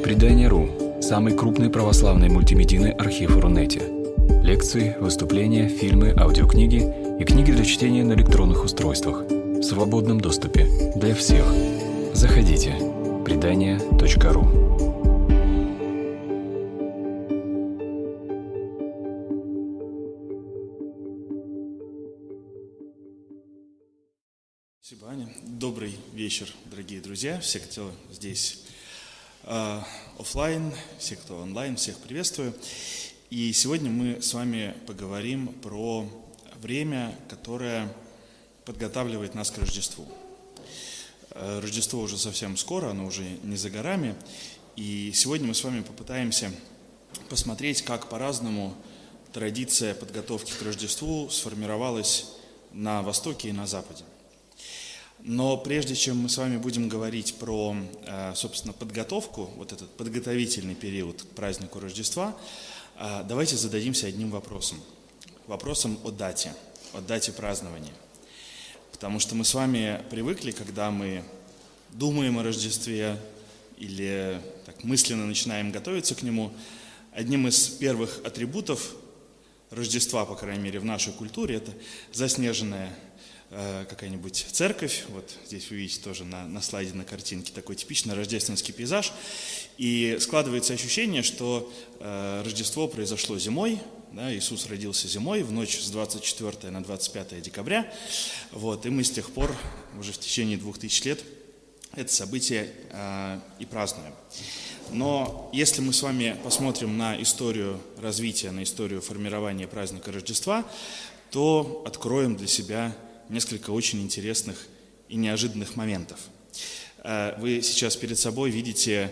Предание.ру – самый крупный православный мультимедийный архив в Рунете. Лекции, выступления, фильмы, аудиокниги и книги для чтения на электронных устройствах в свободном доступе для всех. Заходите. Предание.ру. Спасибо, Аня. Добрый вечер, дорогие друзья, все, кто здесь офлайн, все, кто онлайн, всех приветствую. И сегодня мы с вами поговорим про время, которое подготавливает нас к Рождеству. Рождество уже совсем скоро, оно уже не за горами. И сегодня мы с вами попытаемся посмотреть, как по-разному традиция подготовки к Рождеству сформировалась на Востоке и на Западе. Но прежде чем мы с вами будем говорить про, собственно, подготовку, вот этот подготовительный период к празднику Рождества, давайте зададимся одним вопросом. Вопросом о дате празднования. Потому что мы с вами привыкли, когда мы думаем о Рождестве или так мысленно начинаем готовиться к нему, одним из первых атрибутов Рождества, по крайней мере, в нашей культуре, это заснеженная какая-нибудь церковь. Вот здесь вы видите тоже на слайде, на картинке такой типичный рождественский пейзаж. И складывается ощущение, что Рождество произошло зимой, да, Иисус родился зимой, в ночь с 24 на 25 декабря. Вот, и мы с тех пор, уже в течение 2000 лет, это событие и празднуем. Но если мы с вами посмотрим на историю развития, на историю формирования праздника Рождества, то откроем для себя несколько очень интересных и неожиданных моментов. Вы сейчас перед собой видите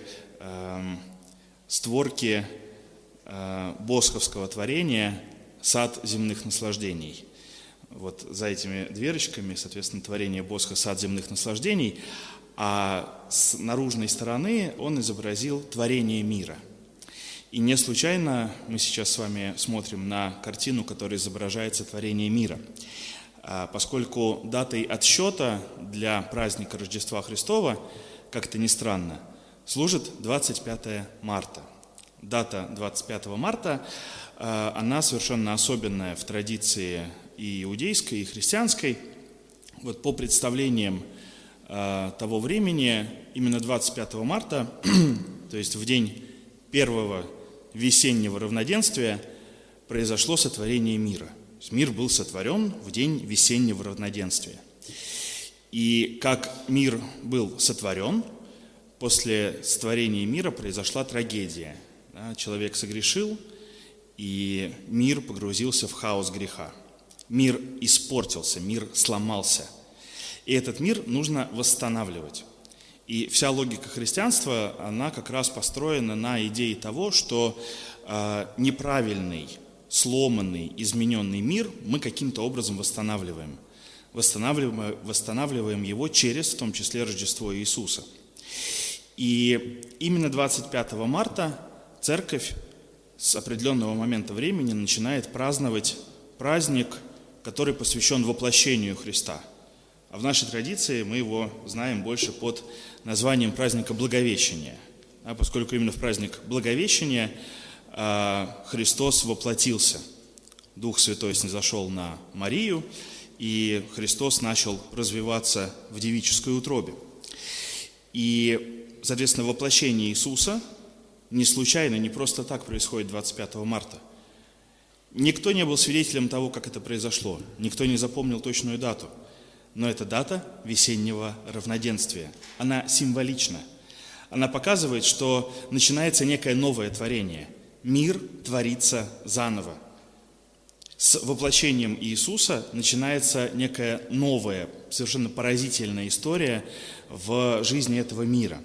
створки босховского творения «Сад земных наслаждений». Вот за этими дверочками, соответственно, творение Босха «Сад земных наслаждений», а с наружной стороны он изобразил творение мира. И не случайно мы сейчас с вами смотрим на картину, которая изображает сотворение мира. Поскольку датой отсчета для праздника Рождества Христова, как-то ни странно, служит 25 марта. Дата 25 марта, она совершенно особенная в традиции и иудейской, и христианской. Вот по представлениям того времени, именно 25 марта, то есть в день первого весеннего равноденствия, произошло сотворение мира. Мир был сотворен в день весеннего равноденствия. И как мир был сотворен, после сотворения мира произошла трагедия. Человек согрешил, и мир погрузился в хаос греха. Мир испортился, мир сломался. И этот мир нужно восстанавливать. И вся логика христианства, она как раз построена на идее того, что неправильный, сломанный, измененный мир мы каким-то образом восстанавливаем. Восстанавливаем его через, в том числе, Рождество Иисуса. И именно 25 марта Церковь с определенного момента времени начинает праздновать праздник, который посвящен воплощению Христа. А в нашей традиции мы его знаем больше под названием праздника Благовещения, поскольку именно в праздник Благовещения Христос воплотился. Дух Святой снизошел на Марию, и Христос начал развиваться в девической утробе. И, соответственно, воплощение Иисуса не случайно, не просто так происходит 25 марта. Никто не был свидетелем того, как это произошло. Никто не запомнил точную дату. Но это дата весеннего равноденствия. Она символична. Она показывает, что начинается некое новое творение. Мир творится заново. С воплощением Иисуса начинается некая новая, совершенно поразительная история в жизни этого мира.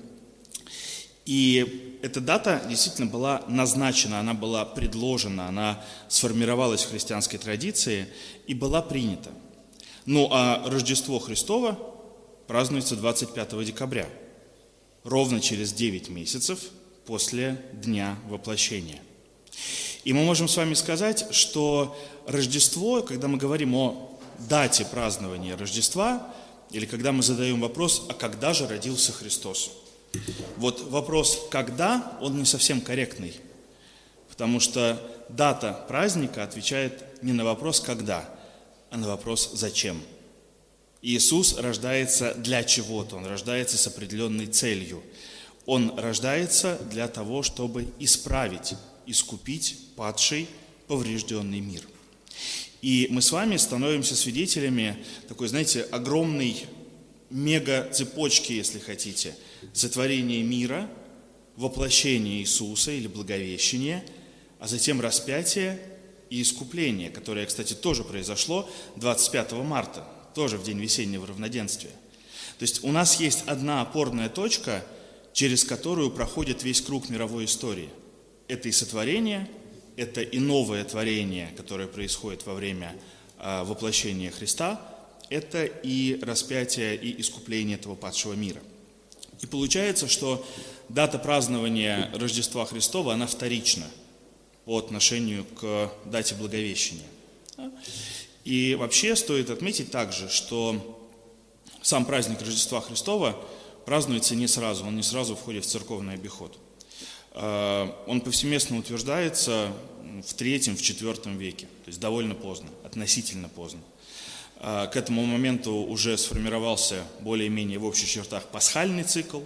И эта дата действительно была назначена, она была предложена, она сформировалась в христианской традиции и была принята. Ну а Рождество Христово празднуется 25 декабря, ровно через 9 месяцев после Дня Воплощения. И мы можем с вами сказать, что Рождество, когда мы говорим о дате празднования Рождества, или когда мы задаем вопрос, а когда же родился Христос? Вот вопрос «когда» он не совсем корректный, потому что дата праздника отвечает не на вопрос «когда», а на вопрос «зачем?». Иисус рождается для чего-то, Он рождается с определенной целью. Он рождается для того, чтобы исправить, искупить падший, поврежденный мир. И мы с вами становимся свидетелями такой, знаете, огромной мега-цепочки, если хотите, сотворения мира, воплощения Иисуса или Благовещения, а затем распятие и искупление, которое, кстати, тоже произошло 25 марта, тоже в день весеннего равноденствия. То есть у нас есть одна опорная точка, через которую проходит весь круг мировой истории. Это и сотворение, это и новое творение, которое происходит во время воплощения Христа, это и распятие, и искупление этого падшего мира. И получается, что дата празднования Рождества Христова, она вторична по отношению к дате Благовещения. И вообще стоит отметить также, что сам праздник Рождества Христова празднуется не сразу, он не сразу входит в церковный обиход. Он повсеместно утверждается в III, в IV веке, то есть довольно поздно, относительно поздно. К этому моменту уже сформировался более-менее в общих чертах пасхальный цикл,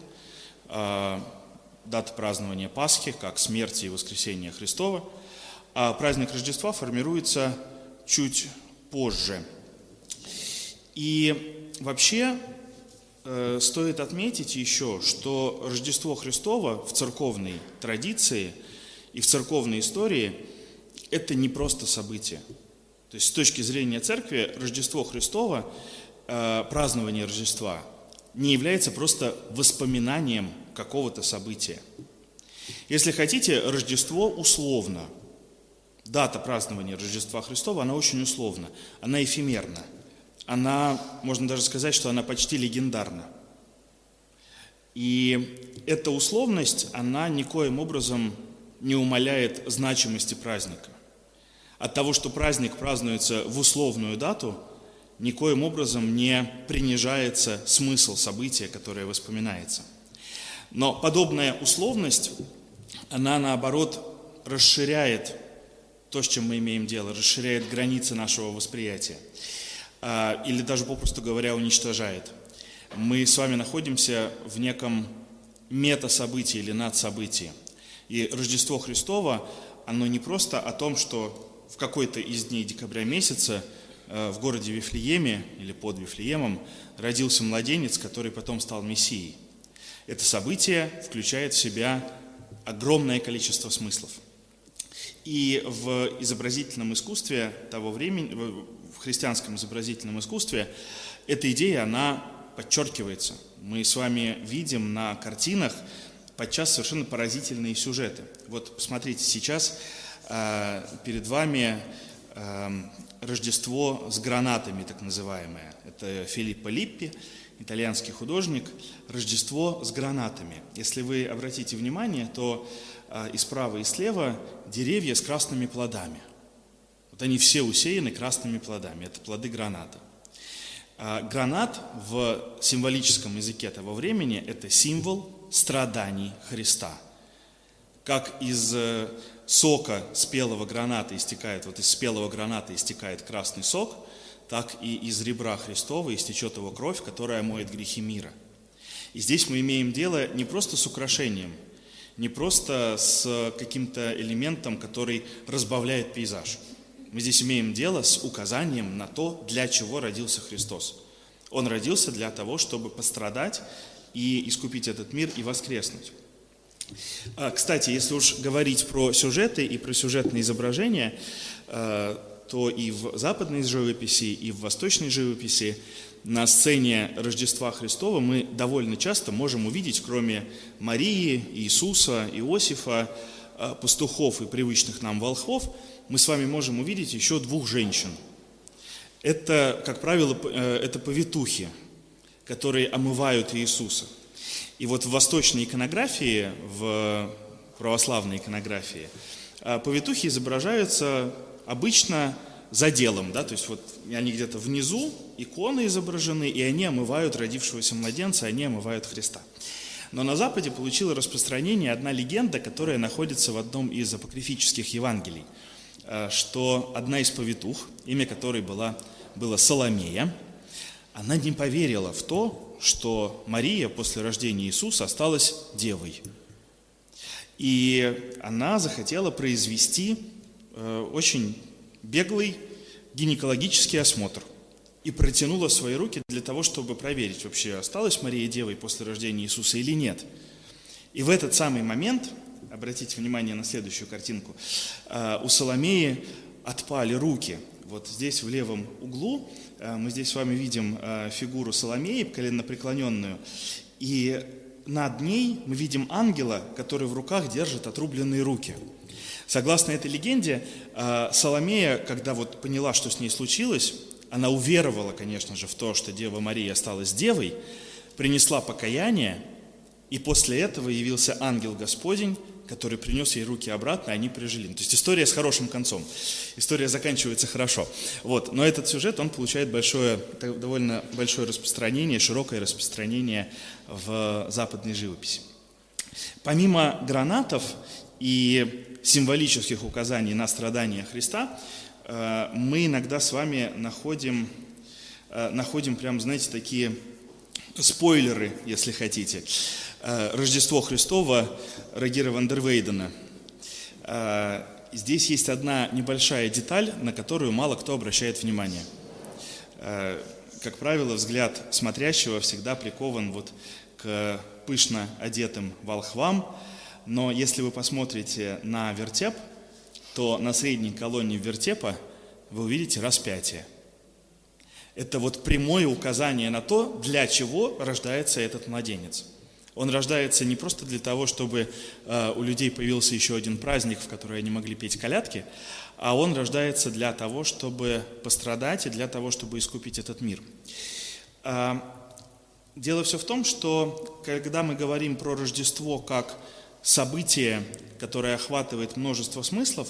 дата празднования Пасхи, как смерти и воскресения Христова, а праздник Рождества формируется чуть позже. И вообще стоит отметить еще, что Рождество Христово в церковной традиции и в церковной истории – это не просто событие. То есть с точки зрения церкви Рождество Христово, празднование Рождества, не является просто воспоминанием какого-то события. Если хотите, Рождество условно. Дата празднования Рождества Христова, она очень условна, она эфемерна. Она, можно даже сказать, что она почти легендарна. И эта условность, она никоим образом не умаляет значимости праздника. От того, что праздник празднуется в условную дату, никоим образом не принижается смысл события, которое воспоминается. Но подобная условность, она наоборот расширяет то, с чем мы имеем дело, расширяет границы нашего восприятия. Или даже, попросту говоря, уничтожает. Мы с вами находимся в неком мета-событии или надсобытии. И Рождество Христово, оно не просто о том, что в какой-то из дней декабря месяца в городе Вифлееме или под Вифлеемом родился младенец, который потом стал Мессией. Это событие включает в себя огромное количество смыслов. И в изобразительном искусстве того времени, в христианском изобразительном искусстве, эта идея, она подчеркивается. Мы с вами видим на картинах подчас совершенно поразительные сюжеты. Вот посмотрите, сейчас перед вами Рождество с гранатами, так называемое. Это Филиппо Липпи, итальянский художник. Рождество с гранатами. Если вы обратите внимание, то и справа, и слева деревья с красными плодами. Вот они все усеяны красными плодами. Это плоды граната. Гранат в символическом языке того времени – это символ страданий Христа. Как из сока спелого граната истекает, вот из спелого граната истекает красный сок, так и из ребра Христова истечет его кровь, которая омоет грехи мира. И здесь мы имеем дело не просто с украшением, не просто с каким-то элементом, который разбавляет пейзаж. Мы здесь имеем дело с указанием на то, для чего родился Христос. Он родился для того, чтобы пострадать и искупить этот мир и воскреснуть. Кстати, если уж говорить про сюжеты и про сюжетные изображения, то и в западной живописи, и в восточной живописи на сцене Рождества Христова мы довольно часто можем увидеть, кроме Марии, Иисуса, Иосифа, пастухов и привычных нам волхвов, мы с вами можем увидеть еще двух женщин. Это, как правило, это повитухи, которые омывают Иисуса. И вот в восточной иконографии, в православной иконографии, повитухи изображаются обычно за делом, да, то есть вот они где-то внизу, иконы изображены, и они омывают родившегося младенца, они омывают Христа. Но на Западе получила распространение одна легенда, которая находится в одном из апокрифических Евангелий, что одна из повитух, имя которой было Соломея, она не поверила в то, что Мария после рождения Иисуса осталась девой. И она захотела произвести очень беглый гинекологический осмотр и протянула свои руки для того, чтобы проверить, вообще осталась Мария девой после рождения Иисуса или нет. И в этот самый момент, обратите внимание на следующую картинку, у Соломеи отпали руки. Вот здесь в левом углу мы здесь с вами видим фигуру Соломеи, коленопреклоненную, и над ней мы видим ангела, который в руках держит отрубленные руки. Согласно этой легенде, Соломея, когда вот поняла, что с ней случилось, она уверовала, конечно же, в то, что Дева Мария осталась девой, принесла покаяние, и после этого явился ангел Господень, который принес ей руки обратно, и они прижили. То есть история с хорошим концом. История заканчивается хорошо. Вот. Но этот сюжет, он получает довольно большое распространение, широкое распространение в западной живописи. Помимо гранатов и символических указаний на страдания Христа, мы иногда с вами находим прям, знаете, такие спойлеры, если хотите. «Рождество Христово» Рогера ван дер Вейдена. Здесь есть одна небольшая деталь, на которую мало кто обращает внимание. Как правило, взгляд смотрящего всегда прикован вот к пышно одетым волхвам, но если вы посмотрите на вертеп, то на средней колонне вертепа вы увидите распятие. Это вот прямое указание на то, для чего рождается этот младенец. Он рождается не просто для того, чтобы у людей появился еще один праздник, в который они могли петь колядки, а он рождается для того, чтобы пострадать и для того, чтобы искупить этот мир. Дело все в том, что когда мы говорим про Рождество как событие, которое охватывает множество смыслов,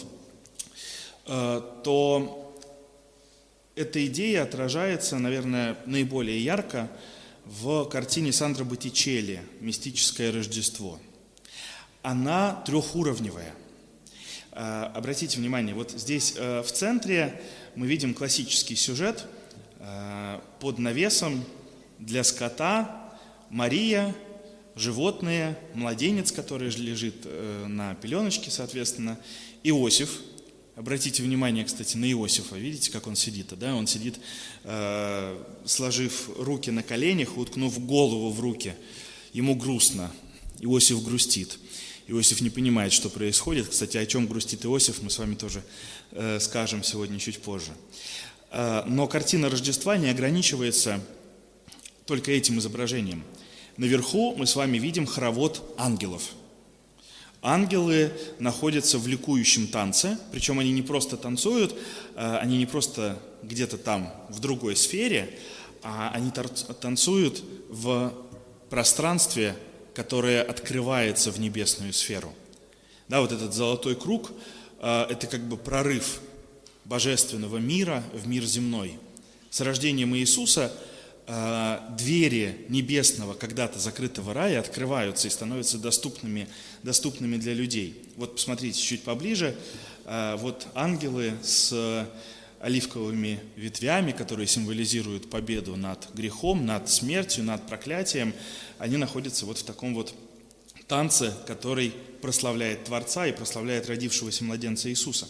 то эта идея отражается, наверное, наиболее ярко в картине Сандро Боттичелли «Мистическое Рождество». Она трехуровневая. Обратите внимание, вот здесь в центре мы видим классический сюжет. Под навесом для скота Мария, животные, младенец, который лежит на пеленочке, соответственно, Иосиф. Обратите внимание, кстати, на Иосифа. Видите, как он сидит? Да? Он сидит, сложив руки на коленях, уткнув голову в руки. Ему грустно. Иосиф грустит. Иосиф не понимает, что происходит. Кстати, о чем грустит Иосиф, мы с вами тоже скажем сегодня чуть позже. Но картина Рождества не ограничивается только этим изображением. Наверху мы с вами видим хоровод ангелов. Ангелы находятся в ликующем танце, причем они не просто танцуют, они не просто где-то там в другой сфере, а они танцуют в пространстве, которое открывается в небесную сферу. Да, вот этот золотой круг – это как бы прорыв божественного мира в мир земной. С рождением Иисуса двери небесного, когда-то закрытого рая открываются и становятся доступными для людей. Вот посмотрите чуть поближе. Вот ангелы с оливковыми ветвями, которые символизируют победу над грехом, над смертью, над проклятием, они находятся вот в таком вот танце, который прославляет Творца и прославляет родившегося младенца Иисуса.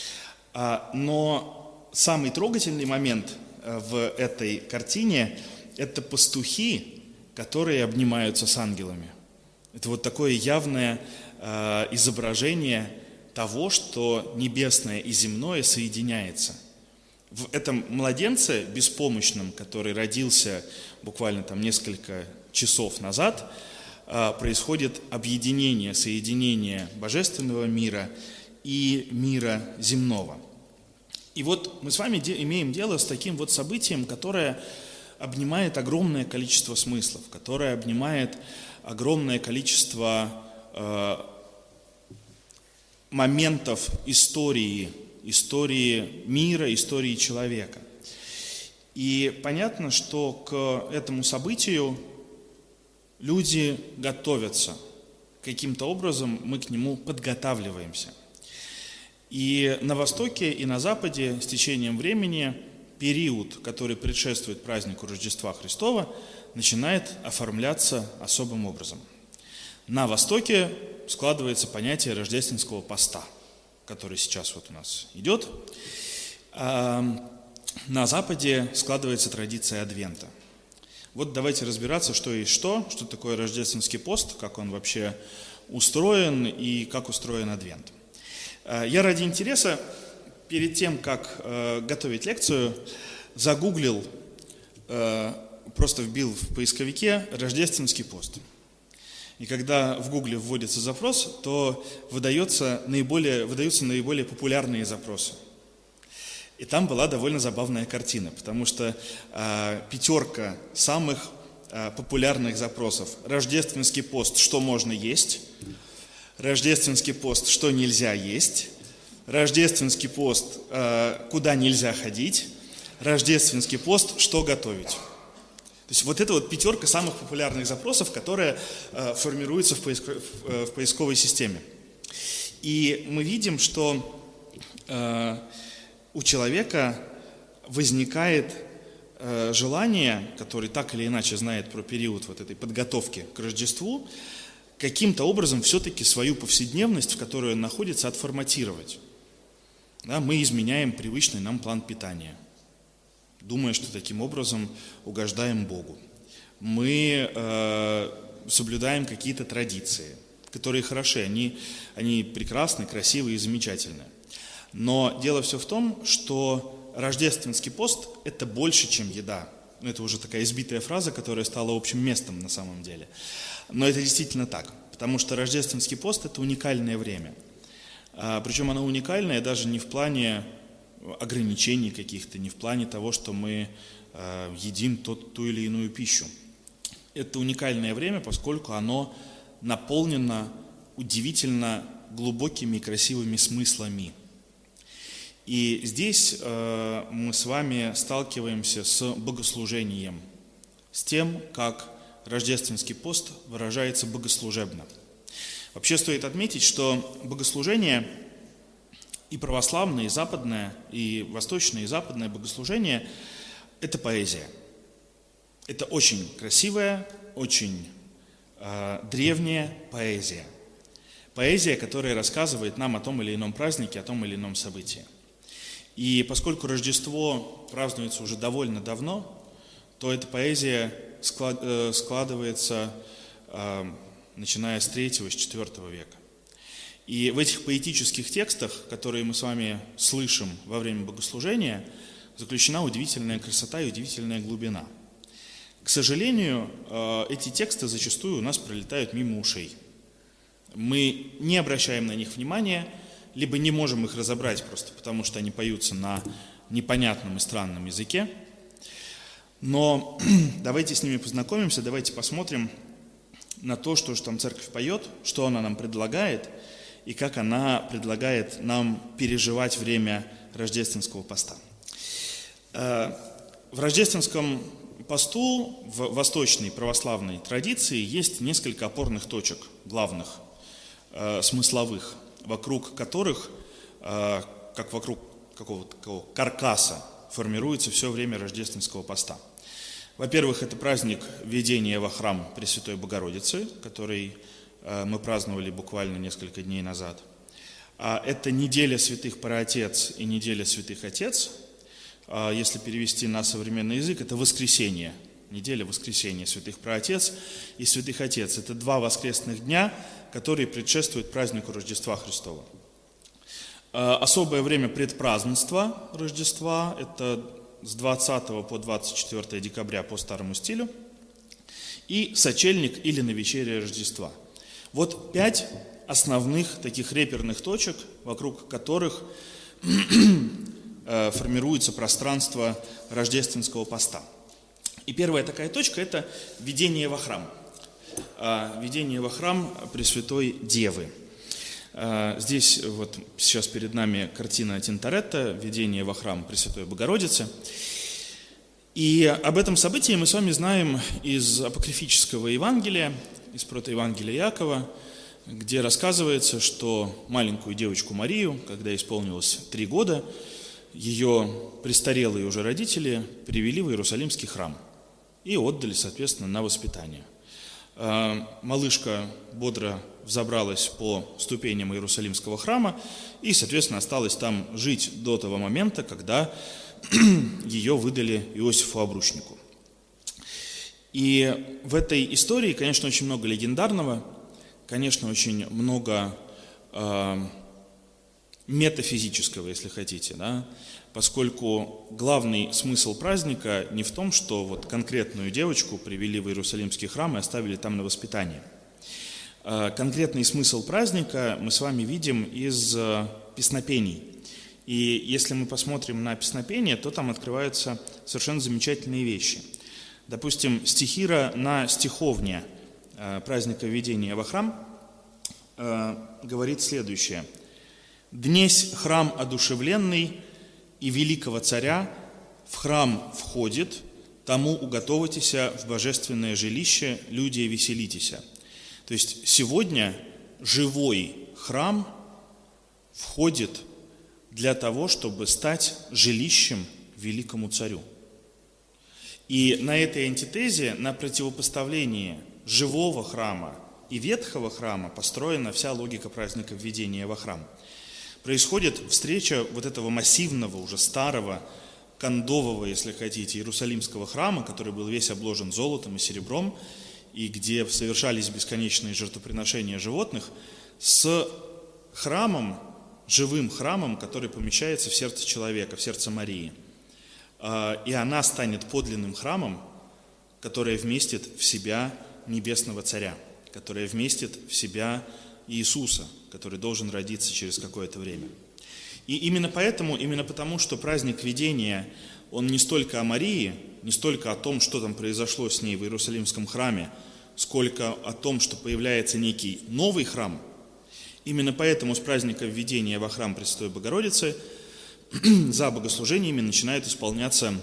Но самый трогательный момент в этой картине – это пастухи, которые обнимаются с ангелами. Это вот такое явное изображение того, что небесное и земное соединяется. В этом младенце беспомощном, который родился буквально там несколько часов назад, происходит объединение, соединение божественного мира и мира земного. И вот мы с вами имеем дело с таким вот событием, которое обнимает огромное количество смыслов, которое обнимает огромное количество моментов истории мира, истории человека. И понятно, что к этому событию люди готовятся. Каким-то образом мы к нему подготавливаемся. И на Востоке, и на Западе с течением времени период, который предшествует празднику Рождества Христова, начинает оформляться особым образом. На Востоке складывается понятие рождественского поста, который сейчас вот у нас идет. А на Западе складывается традиция Адвента. Вот давайте разбираться, что есть что такое рождественский пост, как он вообще устроен и как устроен Адвент. Я ради интереса, перед тем, как готовить лекцию, загуглил, просто вбил в поисковике «рождественский пост». И когда в Гугле вводится запрос, то выдаются наиболее популярные запросы. И там была довольно забавная картина, потому что 5 самых популярных запросов: рождественский пост, что можно есть, рождественский пост, что нельзя есть, рождественский пост, куда нельзя ходить, рождественский пост, что готовить. То есть вот это вот 5 самых популярных запросов, которые формируются в поисковой системе. И мы видим, что у человека возникает желание, который так или иначе знает про период вот этой подготовки к Рождеству, каким-то образом все-таки свою повседневность, в которой он находится, отформатировать. Да, мы изменяем привычный нам план питания, думая, что таким образом угождаем Богу. Мы соблюдаем какие-то традиции, которые хороши, они прекрасны, красивы и замечательны. Но дело все в том, что рождественский пост – это больше, чем еда. Это уже такая избитая фраза, которая стала общим местом на самом деле. Но это действительно так, потому что рождественский пост – это уникальное время. Причем оно уникальное даже не в плане ограничений каких-то, не в плане того, что мы едим ту или иную пищу. Это уникальное время, поскольку оно наполнено удивительно глубокими и красивыми смыслами. И здесь мы с вами сталкиваемся с богослужением, с тем, как рождественский пост выражается богослужебно. Вообще стоит отметить, что богослужение и православное, и западное, и восточное, и западное богослужение – это поэзия. Это очень красивая, очень древняя поэзия. Поэзия, которая рассказывает нам о том или ином празднике, о том или ином событии. И поскольку Рождество празднуется уже довольно давно, то эта поэзия складывается, начиная с 3-го, с 4 века. И в этих поэтических текстах, которые мы с вами слышим во время богослужения, заключена удивительная красота и удивительная глубина. К сожалению, эти тексты зачастую у нас пролетают мимо ушей. Мы не обращаем на них внимания, либо не можем их разобрать просто потому, что они поются на непонятном и странном языке. Но давайте с ними познакомимся, давайте посмотрим на то, что же там церковь поет, что она нам предлагает, и как она предлагает нам переживать время рождественского поста. В рождественском посту, в восточной православной традиции, есть несколько опорных точек, главных, смысловых, вокруг которых, как вокруг какого-то такого каркаса, формируется все время рождественского поста. Во-первых, это праздник введения во храм Пресвятой Богородицы, который мы праздновали буквально несколько дней назад. Это неделя святых Праотец и неделя святых Отец. Если перевести на современный язык, это воскресенье. Неделя воскресения святых Праотец и святых Отец. Это 2 воскресных дня, которые предшествуют празднику Рождества Христова. Особое время предпразднества Рождества – это с 20 по 24 декабря по старому стилю, и сочельник или навечерие Рождества. Вот 5 основных таких реперных точек, вокруг которых формируется пространство рождественского поста. И первая такая точка – это введение во храм. Введение во храм Пресвятой Девы. Здесь вот сейчас перед нами картина Тинторетто «Введение во храм Пресвятой Богородицы». И об этом событии мы с вами знаем из апокрифического Евангелия, из протоевангелия Иакова, где рассказывается, что маленькую девочку Марию, когда исполнилось 3 года, ее престарелые уже родители привели в Иерусалимский храм и отдали, соответственно, на воспитание. Малышка бодро взобралась по ступеням Иерусалимского храма и, соответственно, осталась там жить до того момента, когда ее выдали Иосифу Обручнику. И в этой истории, конечно, очень много легендарного, конечно, очень много метафизического, если хотите, да? Поскольку главный смысл праздника не в том, что вот конкретную девочку привели в Иерусалимский храм и оставили там на воспитание. Конкретный смысл праздника мы с вами видим из песнопений. И если мы посмотрим на песнопения, то там открываются совершенно замечательные вещи. Допустим, стихира на стиховне праздника введения во храм говорит следующее. «Днесь храм одушевленный и великого царя в храм входит, тому уготовайтеся в божественное жилище, люди веселитеся». То есть сегодня живой храм входит для того, чтобы стать жилищем великому царю. И на этой антитезе, на противопоставлении живого храма и ветхого храма построена вся логика праздника введения во храм. Происходит встреча вот этого массивного, уже старого, кондового, если хотите, Иерусалимского храма, который был весь обложен золотом и серебром, и где совершались бесконечные жертвоприношения животных, с храмом, живым храмом, который помещается в сердце человека, в сердце Марии. И она станет подлинным храмом, который вместит в себя небесного царя, который вместит в себя Иисуса, который должен родиться через какое-то время. И именно поэтому, именно потому, что праздник видения, он не столько о Марии, не столько о том, что там произошло с ней в Иерусалимском храме, сколько о том, что появляется некий новый храм, именно поэтому с праздника введения во храм Пресвятой Богородицы за богослужениями начинают исполняться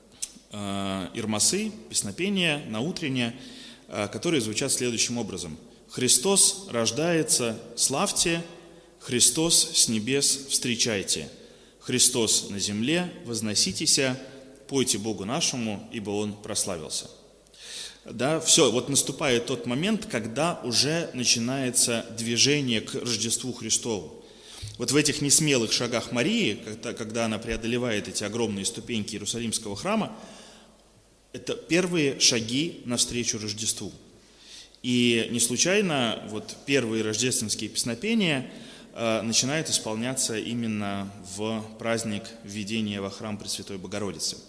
ирмасы, песнопения, наутренние, которые звучат следующим образом. «Христос рождается, славьте, Христос с небес встречайте, Христос на земле возноситеся, пойте Богу нашему, ибо Он прославился». Да, все, вот наступает тот момент, когда уже начинается движение к Рождеству Христову. Вот в этих несмелых шагах Марии, когда она преодолевает эти огромные ступеньки Иерусалимского храма, это первые шаги навстречу Рождеству. И не случайно вот первые рождественские песнопения начинают исполняться именно в праздник введения во храм Пресвятой Богородицы.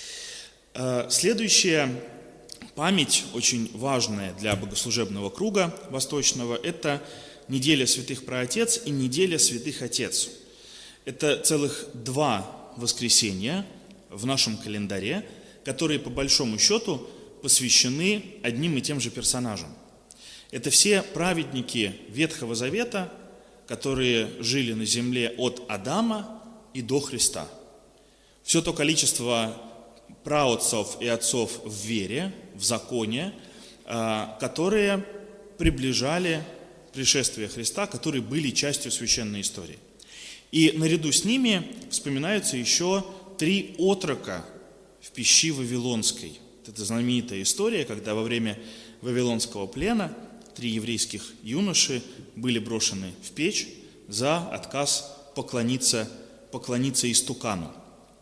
Следующая память, очень важная для богослужебного круга восточного, это неделя святых Праотец и неделя святых Отец. Это целых 2 воскресенья в нашем календаре, которые по большому счету посвящены одним и тем же персонажам. Это все праведники Ветхого Завета, которые жили на земле от Адама и до Христа. Все то количество праотцов и отцов в вере, в законе, которые приближали пришествие Христа, которые были частью священной истории. И наряду с ними вспоминаются еще 3 отрока в пещи Вавилонской. Это знаменитая история, когда во время Вавилонского плена 3 еврейских юноши были брошены в печь за отказ поклониться истукану.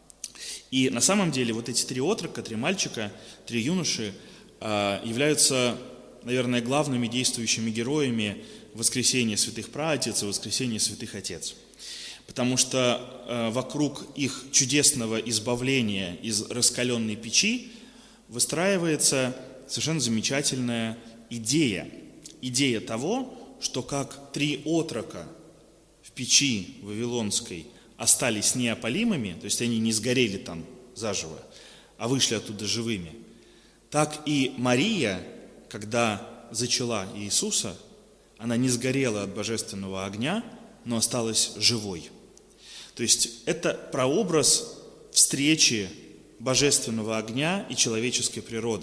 И на самом деле вот эти 3 отрока, 3 мальчика, 3 юноши являются, наверное, главными действующими героями воскресения святых праотец и воскресения святых отец. Потому что вокруг их чудесного избавления из раскаленной печи выстраивается совершенно замечательная идея. Идея того, что как 3 отрока в печи вавилонской остались неопалимыми, то есть они не сгорели там заживо, а вышли оттуда живыми, так и Мария, когда зачала Иисуса, она не сгорела от божественного огня, но осталась живой. То есть это прообраз встречи божественного огня и человеческой природы.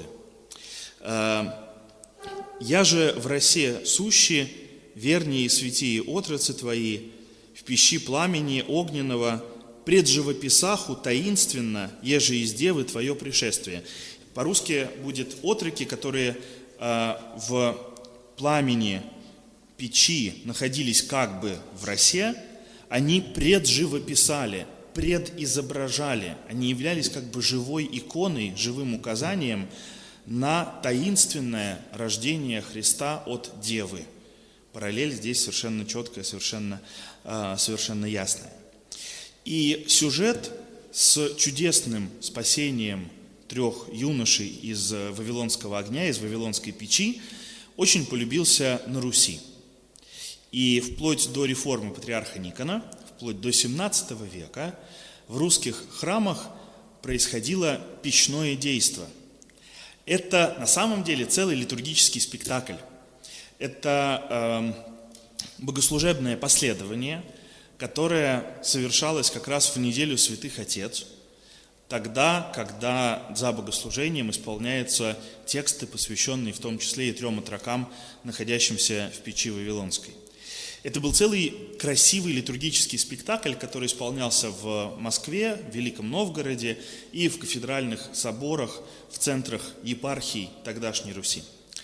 «Я же в росе сущи, вернее и святие отрацы твои, в пищи пламени огненного, пред живописаху таинственно, еже из девы твое пришествие». По-русски будет отроки, которые в пламени печи находились как бы в росе, они предживописали, предизображали, они являлись как бы живой иконой, живым указанием на таинственное рождение Христа от Девы. Параллель здесь совершенно четкая, совершенно ясная. И сюжет с чудесным спасением 3 юношей из Вавилонского огня, из Вавилонской печи, очень полюбился на Руси. И вплоть до реформы патриарха Никона, вплоть до 17 века, в русских храмах происходило печное действо. Это на самом деле целый литургический спектакль. Это богослужебное последование, которое совершалось как раз в неделю Святых Отец, тогда, когда за богослужением исполняются тексты, посвященные в том числе и 3 отрокам, находящимся в печи Вавилонской. Это был целый красивый литургический спектакль, который исполнялся в Москве, в Великом Новгороде и в кафедральных соборах, в центрах епархий тогдашней Руси.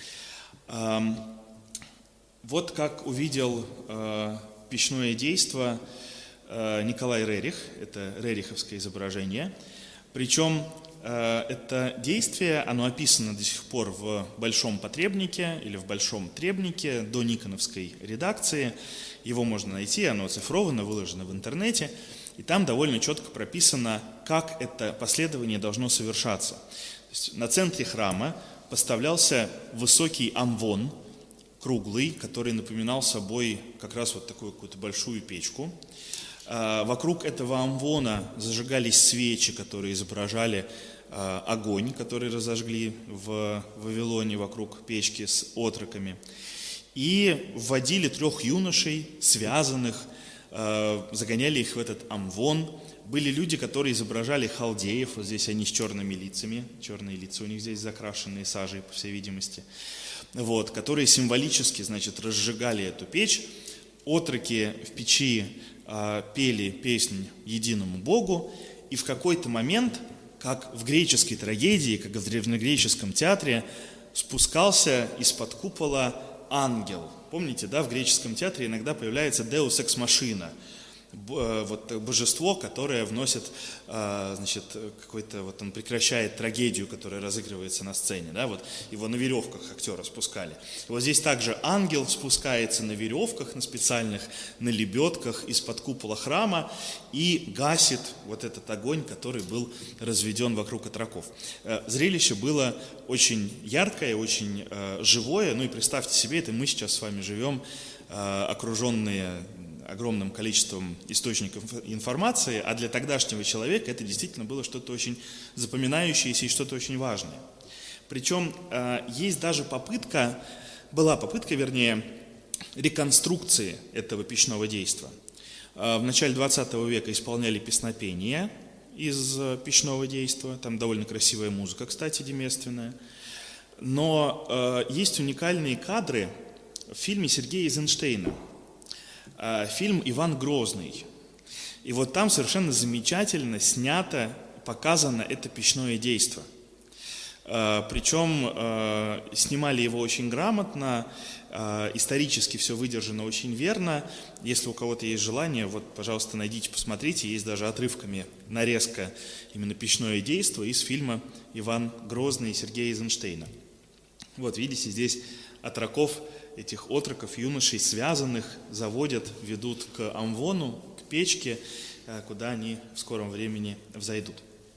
Вот как увидел печное действо Николай Рерих, это рериховское изображение. Причем это действие, оно описано до сих пор в Большом потребнике или в Большом требнике до никоновской редакции. Его можно найти, оно оцифровано, выложено в интернете. И там довольно четко прописано, как это последование должно совершаться. То есть на центре храма поставлялся высокий амвон, круглый, который напоминал собой как раз вот такую какую-то большую печку. Вокруг этого амвона зажигались свечи, которые изображали огонь, который разожгли в Вавилоне вокруг печки с отроками. И вводили 3 юношей, связанных, загоняли их в этот амвон. Были люди, которые изображали халдеев, вот здесь они с черными лицами, черные лица у них здесь закрашенные сажей, по всей видимости, вот, которые символически, значит, разжигали эту печь. Отроки в печи пели песнь единому Богу, и в какой-то момент, как в греческой трагедии, как в древнегреческом театре, спускался из-под купола ангел. Помните, да, в греческом театре иногда появляется Deus ex machina, вот божество, которое вносит, значит, какой-то, вот он прекращает трагедию, которая разыгрывается на сцене, да, вот его на веревках актера спускали. И вот здесь также ангел спускается на веревках, на специальных, на лебедках из-под купола храма и гасит вот этот огонь, который был разведен вокруг отроков. Зрелище было очень яркое, очень живое, ну и представьте себе, это мы сейчас с вами живем, окруженные огромным количеством источников информации, а для тогдашнего человека это действительно было что-то очень запоминающееся и что-то очень важное. Причем есть даже была попытка, реконструкции этого печного действа. В начале 20 века исполняли песнопения из печного действа, там довольно красивая музыка, кстати, деместственная. Но есть уникальные кадры в фильме Сергея Эйзенштейна, фильм «Иван Грозный». И вот там совершенно замечательно снято, показано это печное действо. Причем снимали его очень грамотно, исторически все выдержано очень верно. Если у кого-то есть желание, вот, пожалуйста, найдите, посмотрите, есть даже отрывками нарезка именно печное действо из фильма «Иван Грозный» Сергея Эйзенштейна. Вот видите, здесь отроков, этих отроков, юношей, связанных, заводят, ведут к амвону, к печке, куда они в скором времени взойдут.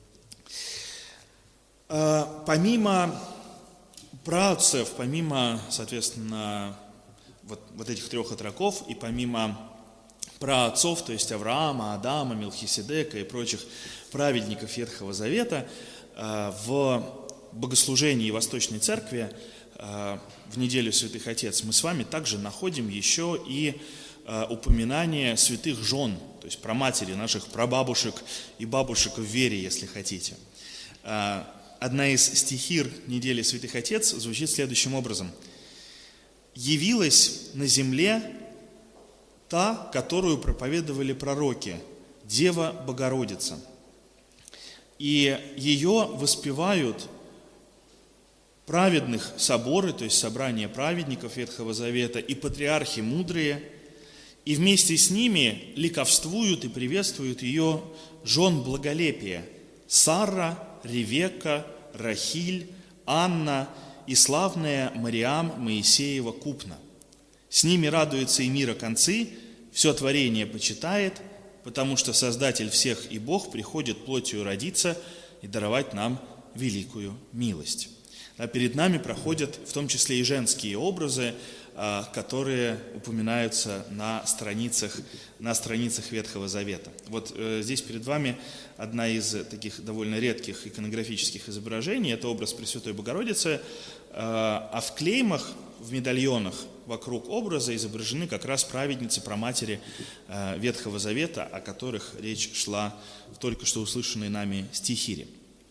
Помимо праотцев, помимо, соответственно, вот этих 3 отроков, и помимо праотцов, то есть Авраама, Адама, Мелхиседека и прочих праведников Ветхого Завета, в богослужении Восточной Церкви в неделю Святых Отец мы с вами также находим еще и упоминание святых жен, то есть праматери наших прабабушек и бабушек в вере, если хотите. Одна из стихир недели Святых Отец звучит следующим образом. «Явилась на земле та, которую проповедовали пророки, Дева Богородица. И ее воспевают праведных соборы, то есть собрания праведников Ветхого Завета, и патриархи мудрые, и вместе с ними ликовствуют и приветствуют ее жен благолепия – Сара, Ревекка, Рахиль, Анна и славная Мариам Моисеева Купна. С ними радуются и мира концы, все творение почитает, потому что Создатель всех и Бог приходит плотью родиться и даровать нам великую милость». А перед нами проходят в том числе и женские образы, которые упоминаются на страницах Ветхого Завета. Вот здесь перед вами одна из таких довольно редких иконографических изображений. Это образ Пресвятой Богородицы, а в клеймах, в медальонах вокруг образа изображены как раз праведницы, праматери Ветхого Завета, о которых речь шла в только что услышанной нами стихире.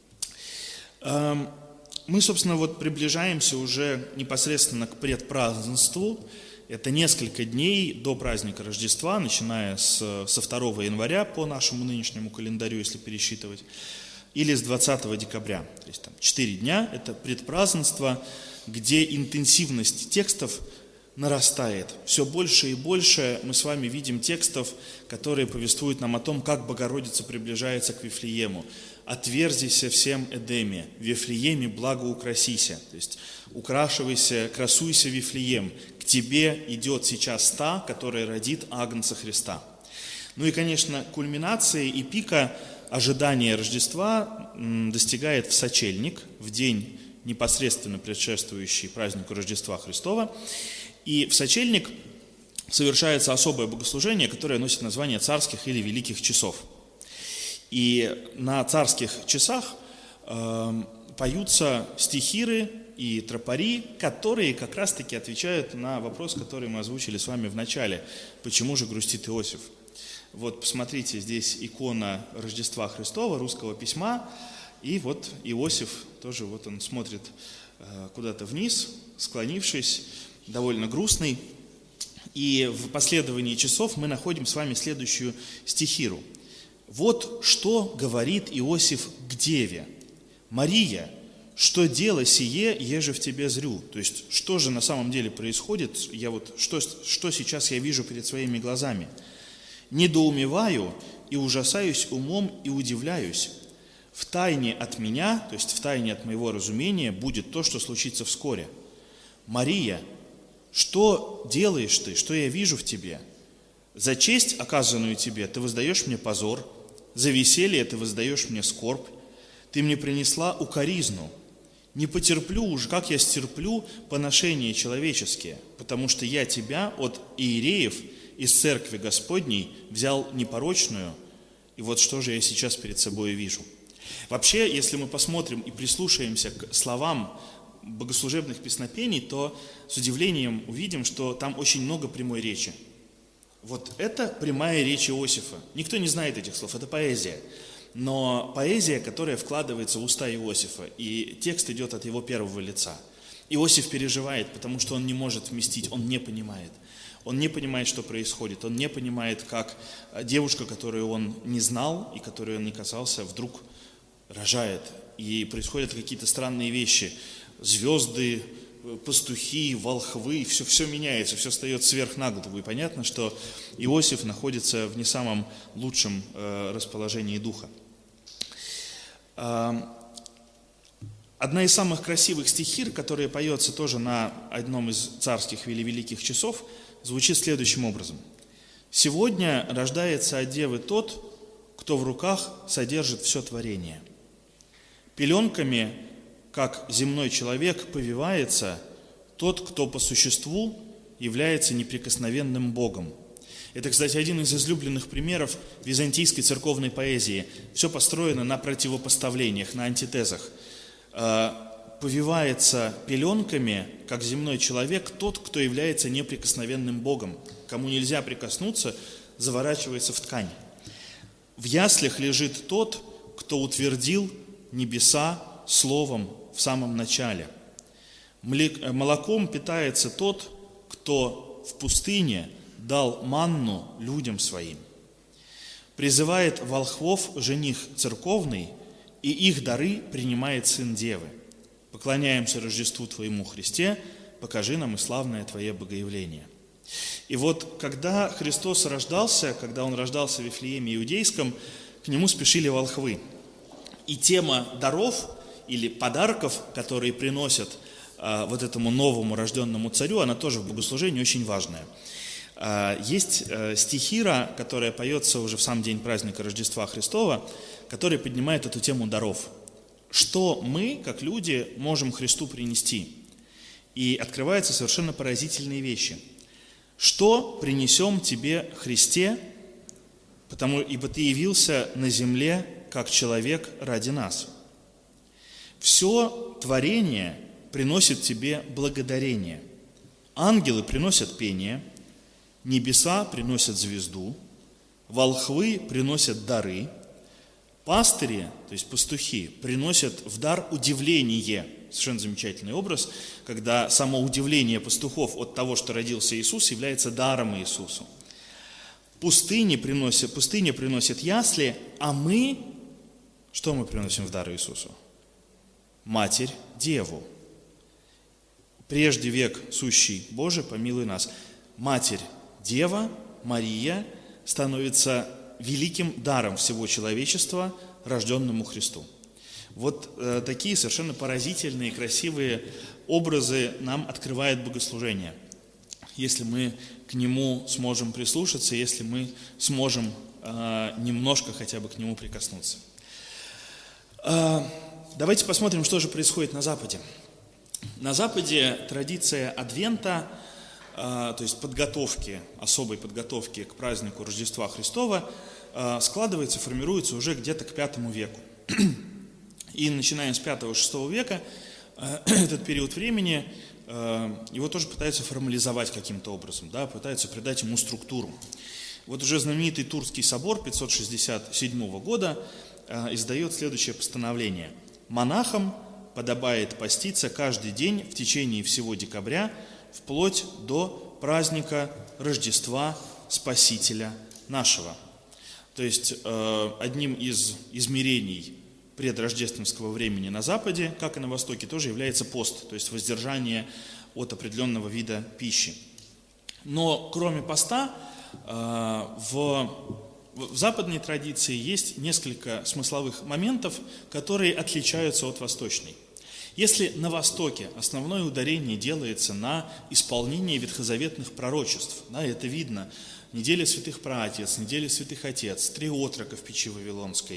Мы, собственно, приближаемся уже непосредственно к предпразднеству. Это несколько дней до праздника Рождества, начиная со 2 января по нашему нынешнему календарю, если пересчитывать, или с 20 декабря. То есть 4 дня – это предпразднество, где интенсивность текстов нарастает. Все больше и больше мы с вами видим текстов, которые повествуют нам о том, как Богородица приближается к Вифлеему. «Отверзися всем Эдеме, в Вифлееме благо украсися». То есть «Украшивайся, красуйся, Вифлеем, к тебе идет сейчас та, которая родит Агнца Христа». Ну и, конечно, кульминации и пика ожидания Рождества достигает в сочельник, в день, непосредственно предшествующий празднику Рождества Христова. И в сочельник совершается особое богослужение, которое носит название царских или великих часов. И на царских часах поются стихиры и тропари, которые как раз-таки отвечают на вопрос, который мы озвучили с вами в начале. Почему же грустит Иосиф? Вот посмотрите, здесь икона Рождества Христова, русского письма, и вот Иосиф тоже он смотрит куда-то вниз, склонившись, довольно грустный. И в последовании часов мы находим с вами следующую стихиру. «Вот что говорит Иосиф к деве. Мария, что дело сие, еже в тебе зрю». То есть, что же на самом деле происходит, что сейчас я вижу перед своими глазами. «Недоумеваю и ужасаюсь умом и удивляюсь. В тайне от меня, то есть в тайне от моего разумения, будет то, что случится вскоре. Мария, что делаешь ты, что я вижу в тебе? За честь, оказанную тебе, ты воздаешь мне позор, за веселье ты воздаешь мне скорбь, ты мне принесла укоризну. Не потерплю уж, как я стерплю поношения человеческие, потому что я тебя от иереев из церкви Господней взял непорочную, и вот что же я сейчас перед собой вижу». Вообще, если мы посмотрим и прислушаемся к словам богослужебных песнопений, то с удивлением увидим, что там очень много прямой речи. Вот это прямая речь Иосифа. Никто не знает этих слов, это поэзия. Но поэзия, которая вкладывается в уста Иосифа, и текст идет от его первого лица. Иосиф переживает, потому что он не может вместить, он не понимает. Он не понимает, что происходит, он не понимает, как девушка, которую он не знал и которой он не касался, вдруг рожает. И происходят какие-то странные вещи. Звезды, пастухи, волхвы, все меняется, все встает сверх на голову. И понятно, что Иосиф находится в не самом лучшем расположении духа. Одна из самых красивых стихир, которая поется тоже на одном из царских или великих часов, звучит следующим образом. «Сегодня рождается от девы тот, кто в руках содержит все творение. Пеленками, как земной человек, повивается тот, кто по существу является неприкосновенным Богом». Это, кстати, один из излюбленных примеров византийской церковной поэзии. Все построено на противопоставлениях, на антитезах. Повивается пеленками, как земной человек, тот, кто является неприкосновенным Богом. Кому нельзя прикоснуться, заворачивается в ткань. В яслях лежит тот, кто утвердил небеса Словом в самом начале. Молоком питается тот, кто в пустыне дал манну людям своим. Призывает волхвов жених церковный, и их дары принимает сын Девы. Поклоняемся Рождеству Твоему, Христе, покажи нам и славное Твое богоявление. И вот, когда Христос рождался, когда Он рождался в Вифлееме Иудейском, к Нему спешили волхвы. И тема даров или подарков, которые приносят вот этому новому рожденному царю, она тоже в богослужении очень важная. Есть стихира, которая поется уже в сам день праздника Рождества Христова, которая поднимает эту тему даров. Что мы, как люди, можем Христу принести? И открываются совершенно поразительные вещи. Что принесем тебе, Христе, ибо ты явился на земле, как человек ради нас. Все творение приносит тебе благодарение. Ангелы приносят пение, небеса приносят звезду, волхвы приносят дары, пастыри, то есть пастухи, приносят в дар удивление. Совершенно замечательный образ, когда само удивление пастухов от того, что родился Иисус, является даром Иисусу. Пустыня приносит ясли, а что мы приносим в дар Иисусу? Матерь, Деву. Прежде век сущий Боже, помилуй нас. Матерь, Дева, Мария становится великим даром всего человечества, рожденному Христу. Вот такие совершенно поразительные, красивые образы нам открывает богослужение. Если мы к нему сможем прислушаться, если мы сможем немножко хотя бы к нему прикоснуться. Давайте посмотрим, что же происходит на Западе. На Западе традиция Адвента, то есть особой подготовки к празднику Рождества Христова, складывается, формируется уже где-то к V веку. И начиная с V-VI века, этот период времени, его тоже пытаются формализовать каким-то образом, пытаются придать ему структуру. Вот уже знаменитый Турский собор 567 года издает следующее постановление. Монахам подобает поститься каждый день в течение всего декабря, вплоть до праздника Рождества Спасителя нашего. То есть одним из измерений предрождественского времени на Западе, как и на Востоке, тоже является пост, то есть воздержание от определенного вида пищи. Но кроме поста, в западной традиции есть несколько смысловых моментов, которые отличаются от восточной. Если на Востоке основное ударение делается на исполнение ветхозаветных пророчеств, это видно, неделя святых праотец, неделя святых отец, 3 отрока в печи Вавилонской,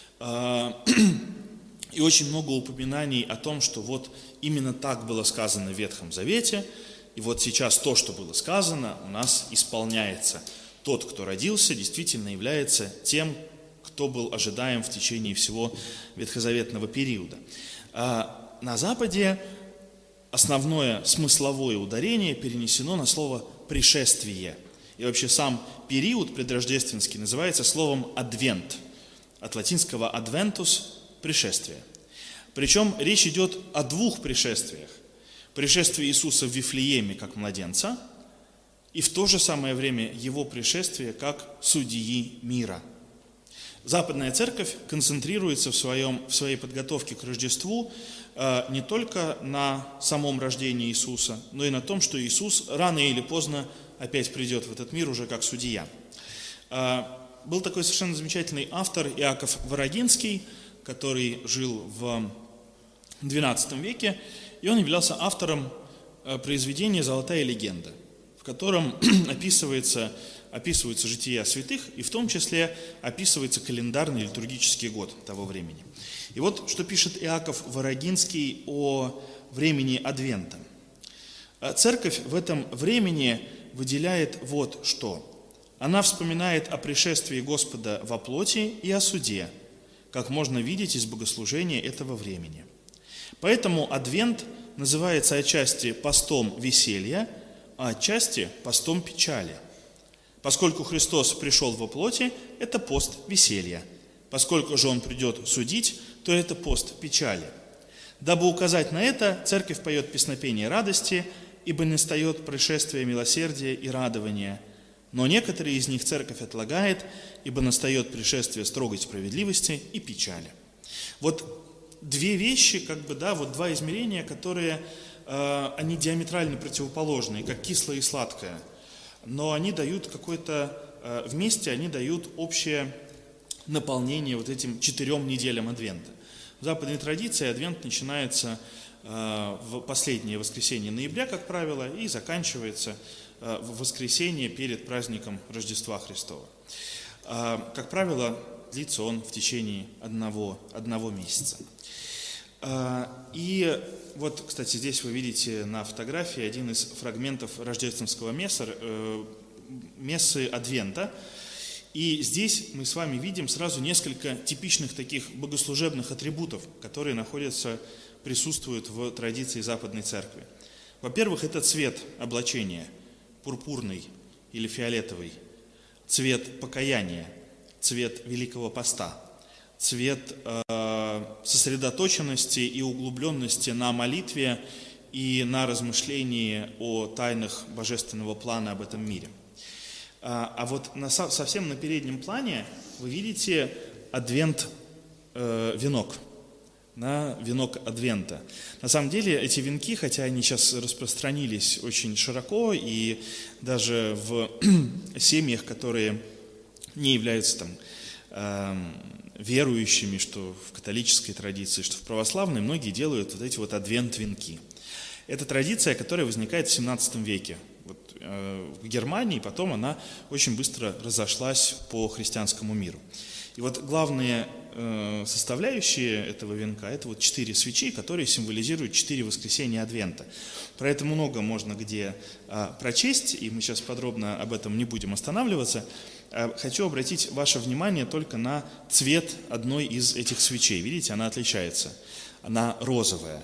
и очень много упоминаний о том, что вот именно так было сказано в Ветхом Завете, и вот сейчас то, что было сказано, у нас исполняется. Тот, кто родился, действительно является тем, кто был ожидаем в течение всего ветхозаветного периода. На Западе основное смысловое ударение перенесено на слово «пришествие». И вообще сам период предрождественский называется словом «адвент». От латинского «adventus» – «пришествие». Причем речь идет о 2 пришествиях. Пришествие Иисуса в Вифлееме как младенца и в то же самое время Его пришествие как судьи мира. Западная церковь концентрируется в своей подготовке к Рождеству не только на самом рождении Иисуса, но и на том, что Иисус рано или поздно опять придет в этот мир уже как судья. Был такой совершенно замечательный автор Иаков Ворогинский, который жил в XII веке, и он являлся автором произведения «Золотая легенда», в котором описываются жития святых, и в том числе описывается календарный литургический год того времени. И вот что пишет Иаков Ворогинский о времени Адвента. Церковь в этом времени выделяет вот что. Она вспоминает о пришествии Господа во плоти и о суде, как можно видеть из богослужения этого времени. Поэтому Адвент называется отчасти постом веселья, а отчасти постом печали. Поскольку Христос пришел во плоти, это пост веселья. Поскольку же Он придет судить, то это пост печали. Дабы указать на это, церковь поет песнопение радости, ибо настает пришествие милосердия и радования. Но некоторые из них церковь отлагает, ибо настает пришествие строгой справедливости и печали. Вот две вещи, вот два измерения, которые, они диаметрально противоположные, как кислое и сладкое. Но они дают вместе они дают общее наполнение вот этим 4 неделям Адвента. В западной традиции Адвент начинается в последнее воскресенье ноября, как правило, и заканчивается в воскресенье перед праздником Рождества Христова. Как правило, длится он в течение одного месяца. И вот, кстати, здесь вы видите на фотографии один из фрагментов рождественского мессы Адвента. И здесь мы с вами видим сразу несколько типичных таких богослужебных атрибутов, которые присутствуют в традиции Западной Церкви. Во-первых, это цвет облачения, пурпурный или фиолетовый, цвет покаяния, цвет Великого Поста, цвет сосредоточенности и углубленности на молитве и на размышлении о тайнах божественного плана об этом мире. А вот совсем на переднем плане вы видите венок, венок Адвента. На самом деле эти венки, хотя они сейчас распространились очень широко, и даже в семьях, которые не являются верующими, что в католической традиции, что в православной, многие делают вот эти вот адвент-венки. Это традиция, которая возникает в 17 веке. В Германии, потом она очень быстро разошлась по христианскому миру. И вот главные составляющие этого венка – это вот 4 свечи, которые символизируют 4 воскресенья Адвента. Про это много можно где прочесть, и мы сейчас подробно об этом не будем останавливаться. Хочу обратить ваше внимание только на цвет одной из этих свечей. Видите, она отличается. Она розовая.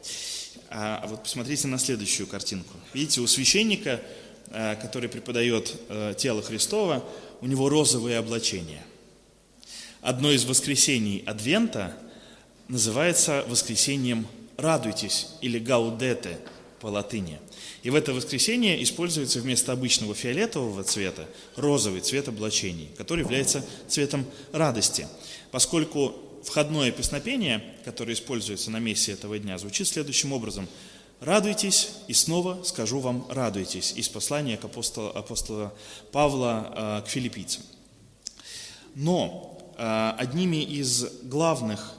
А вот посмотрите на следующую картинку. Видите, у священника, который преподает тело Христово, у него розовое облачение. Одно из воскресений Адвента называется воскресением «Радуйтесь» или «Гаудете» по латыни. И в это воскресенье используется вместо обычного фиолетового цвета розовый цвет облачений, который является цветом радости, поскольку входное песнопение, которое используется на мессе этого дня, звучит следующим образом: «Радуйтесь, и снова скажу вам, радуйтесь», из послания апостола Павла к филиппийцам. Но одними из главных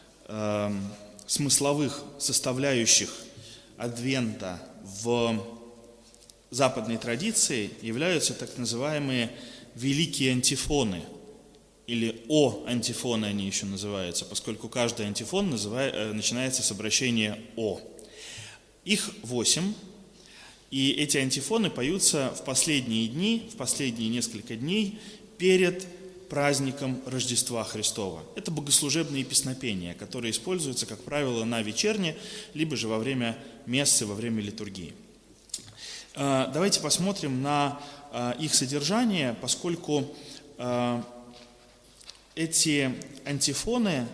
смысловых составляющих Адвента в западной традиции являются так называемые великие антифоны, или антифоны они еще называются, поскольку каждый антифон начинается с обращения «о». Их 8, и эти антифоны поются в последние несколько дней перед праздником Рождества Христова. Это богослужебные песнопения, которые используются, как правило, на вечерне, либо же во время мессы, во время литургии. Давайте посмотрим на их содержание, поскольку эти антифоны,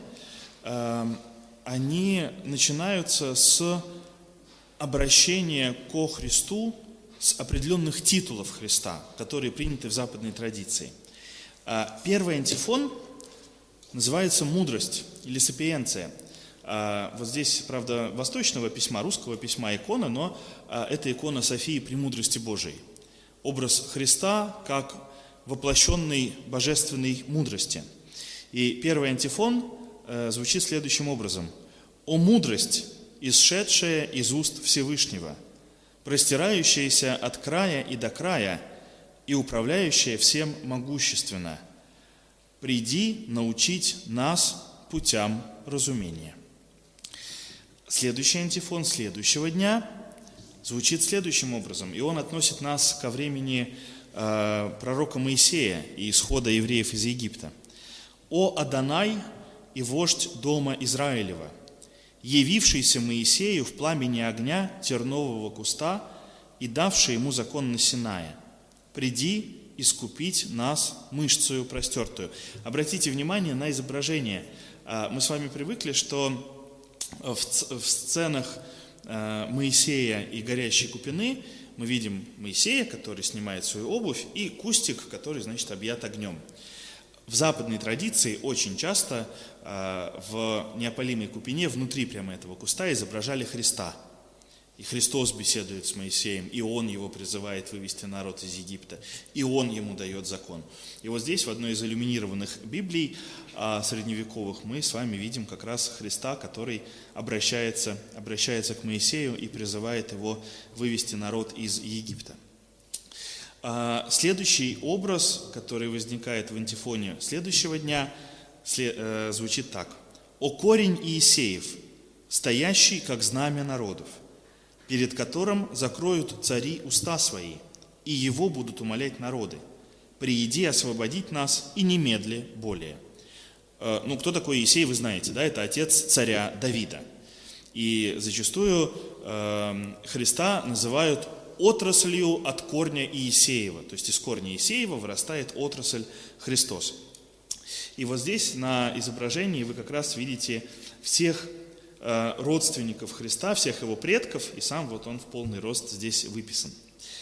они начинаются с обращения ко Христу, с определенных титулов Христа, которые приняты в западной традиции. Первый антифон называется «Мудрость» или «Сапиенция». Вот здесь, правда, восточного письма, русского письма икона, но это икона Софии Премудрости Божией. Образ Христа как воплощенной божественной мудрости. И первый антифон звучит следующим образом: «О мудрость, исшедшая из уст Всевышнего, простирающаяся от края и до края, и управляющая всем могущественно, приди научить нас путям разумения». Следующий антифон следующего дня звучит следующим образом, и он относит нас ко времени пророка Моисея и исхода евреев из Египта. «О Адонай и вождь дома Израилева, явившийся Моисею в пламени огня тернового куста и давший ему закон на Синае, приди искупить нас мышцею простертую». Обратите внимание на изображение. Мы с вами привыкли, что в сценах Моисея и горящей купины мы видим Моисея, который снимает свою обувь, и кустик, который, значит, объят огнем. В западной традиции очень часто в неопалимой купине внутри прямо этого куста изображали Христа. И Христос беседует с Моисеем, и Он его призывает вывести народ из Египта, и Он ему дает закон. И вот здесь, в одной из иллюминированных Библий средневековых, мы с вами видим как раз Христа, который обращается к Моисею и призывает его вывести народ из Египта. Следующий образ, который возникает в антифоне следующего дня, звучит так. «О корень Иисеев, стоящий, как знамя народов, перед которым закроют цари уста свои, и его будут умолять народы. Прииди освободить нас, и немедли более». Кто такой Иисей, вы знаете, да? Это отец царя Давида. И зачастую Христа называют отраслью от корня Иисеева. То есть из корня Иисеева вырастает отрасль Христос. И вот здесь на изображении вы как раз видите всех родственников Христа, всех его предков, и сам вот он в полный рост здесь выписан.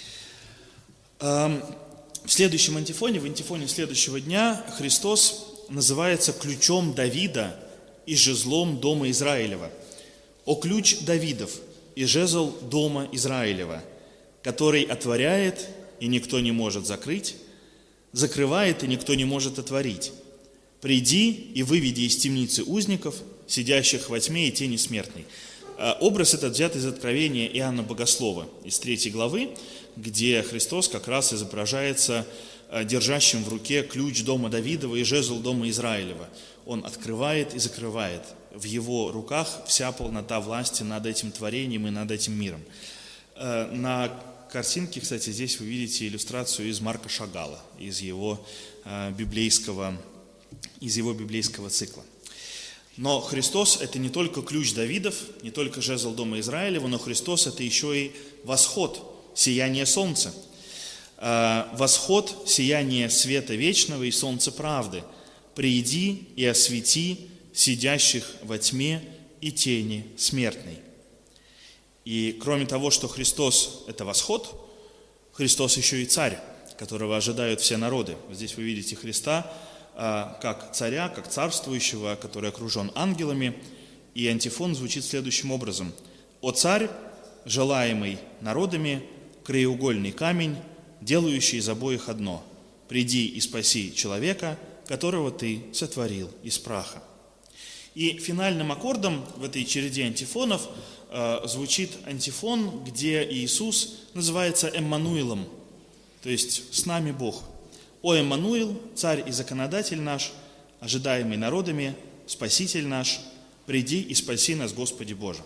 В следующем антифоне, в антифоне следующего дня, Христос называется ключом Давида и жезлом дома Израилева. «О ключ Давидов и жезл дома Израилева, который отворяет, и никто не может закрыть, закрывает, и никто не может отворить. Приди и выведи из темницы узников, сидящих во тьме и тени смертной». Образ этот взят из Откровения Иоанна Богослова, из 3 главы, где Христос как раз изображается держащим в руке ключ дома Давидова и жезл дома Израилева. Он открывает и закрывает. В его руках вся полнота власти над этим творением и над этим миром. На картинке, кстати, здесь вы видите иллюстрацию из Марка Шагала, из его библейского цикла. Но Христос – это не только ключ Давидов, не только жезл дома Израилева, но Христос – это еще и восход, сияние солнца. Восход, сияние света вечного и солнца правды. Прииди и освети сидящих во тьме и тени смертной. И кроме того, что Христос – это восход, Христос еще и царь, которого ожидают все народы. Здесь вы видите Христа как царя, как царствующего, который окружен ангелами. И антифон звучит следующим образом. «О царь, желаемый народами, краеугольный камень, делающий из обоих одно. Приди и спаси человека, которого ты сотворил из праха». И финальным аккордом в этой череде антифонов звучит антифон, где Иисус называется Эммануилом, то есть «с нами Бог». «О Эммануил, царь и законодатель наш, ожидаемый народами, спаситель наш, приди и спаси нас, Господи Боже».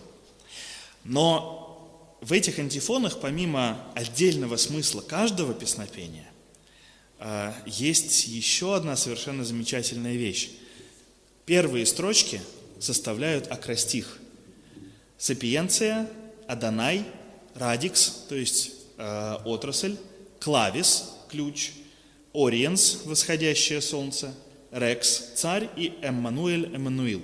Но в этих антифонах, помимо отдельного смысла каждого песнопения, есть еще одна совершенно замечательная вещь. Первые строчки составляют акростих. Сапиенция, Адонай, радикс, то есть отрасль, клавис, ключ, ориенс, восходящее солнце, рекс, царь и Эммануэль, Эммануил.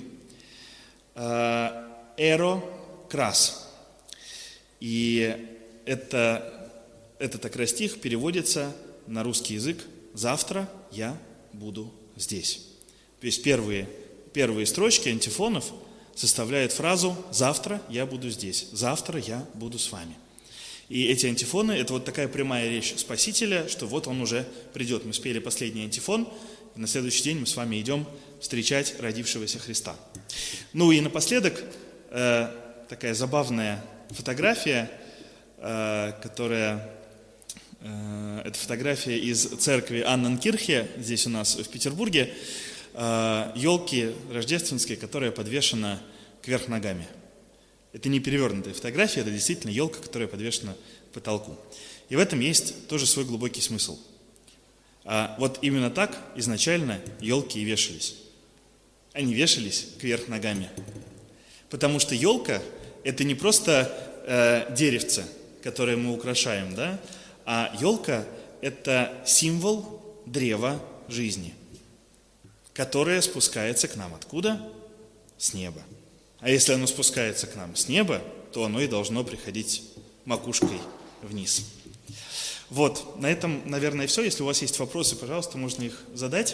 Эро, крас. И этот акростих переводится на русский язык «завтра я буду здесь». То есть первые строчки антифонов составляют фразу «завтра я буду здесь», «завтра я буду с вами». И эти антифоны – это вот такая прямая речь Спасителя, что вот он уже придет. Мы спели последний антифон, и на следующий день мы с вами идем встречать родившегося Христа. Ну и напоследок такая забавная фотография, это фотография из церкви Анненкирхе, здесь у нас в Петербурге, елки рождественской, которая подвешена кверх ногами. Это не перевернутая фотография, это действительно елка, которая подвешена к потолку. И в этом есть тоже свой глубокий смысл. Вот именно так изначально елки и вешались. Они вешались кверх ногами. Потому что елка – это не просто деревце, которое мы украшаем, да? А елка – это символ древа жизни, которое спускается к нам откуда? с неба. А если оно спускается к нам с неба, то оно и должно приходить макушкой вниз. Вот, на этом, наверное, все. Если у вас есть вопросы, пожалуйста, можно их задать.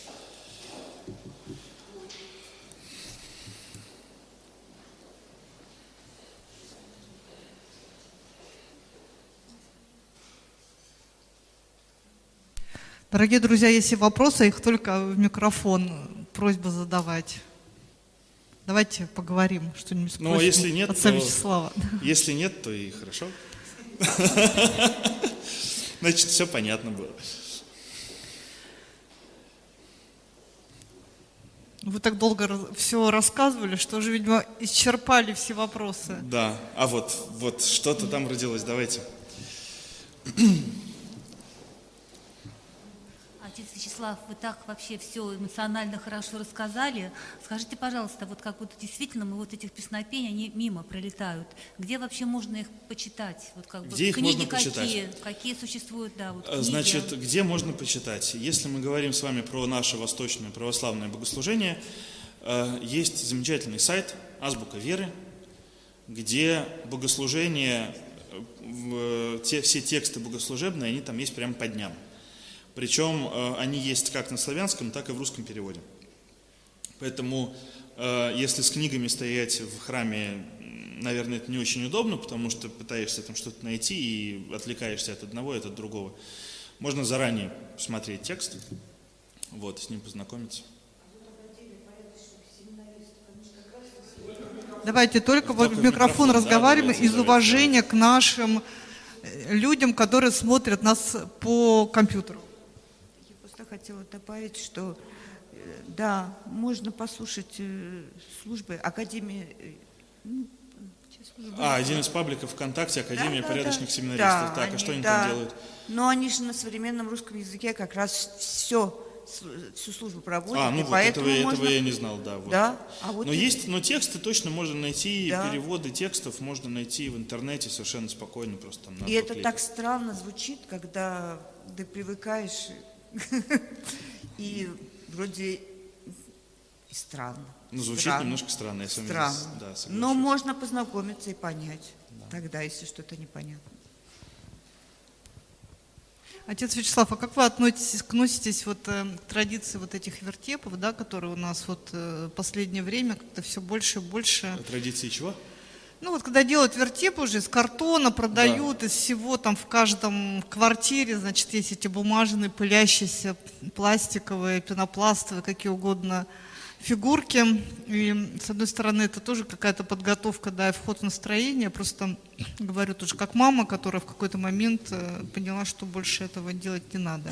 Дорогие друзья, если вопросы, их только в микрофон просьба задавать. Давайте поговорим что-нибудь. Ну, а если нет, отца Вячеслава. Если нет, то и хорошо. Значит, все понятно было. Вы так долго все рассказывали, что уже, видимо, исчерпали все вопросы. Да, а вот что-то там родилось, давайте. Отец Вячеслав, вы так вообще все эмоционально хорошо рассказали. Скажите, пожалуйста, вот как вот действительно мы вот этих песнопений, они мимо пролетают. Где вообще можно их почитать? Вот как бы Где их книги можно почитать? какие существуют, да, вот книги. Значит, где можно почитать? Если мы говорим с вами про наше восточное православное богослужение, есть замечательный сайт «Азбука веры», где богослужение, все тексты богослужебные, они там есть прямо по дням. Причем они есть как на славянском, так и в русском переводе. Поэтому, если с книгами стоять в храме, наверное, это не очень удобно, потому что пытаешься там что-то найти и отвлекаешься от одного и от другого. Можно заранее посмотреть текст, вот, с ним познакомиться. Давайте только в микрофон разговариваем из уважения к нашим людям, которые смотрят нас по компьютеру. Хотела добавить, что да, можно послушать службы Академии. Один из пабликов ВКонтакте, Академия порядочных семинаристов. Так, а что они там делают? Но они же на современном русском языке как раз всю службу проводят. Ну вот, этого я не знал, да. Вот. Да? Но тексты точно можно найти, переводы текстов можно найти в интернете совершенно спокойно. Просто там и это так странно звучит, когда ты привыкаешь... И вроде и странно. Звучит немножко странно, я с вами странно. Но можно познакомиться и понять, тогда, если что-то непонятно. Отец Вячеслав, а как вы относитесь вот к традиции вот этих вертепов, да, которые у нас вот в последнее время как-то все больше и больше... Традиции чего? Ну вот когда делают вертеп уже из картона, продают из всего, там в каждом квартире, значит, есть эти бумажные, пылящиеся, пластиковые, пенопластовые, какие угодно фигурки. И с одной стороны это тоже какая-то подготовка, да, и вход в настроение. Просто говорю тоже как мама, которая в какой-то момент поняла, что больше этого делать не надо.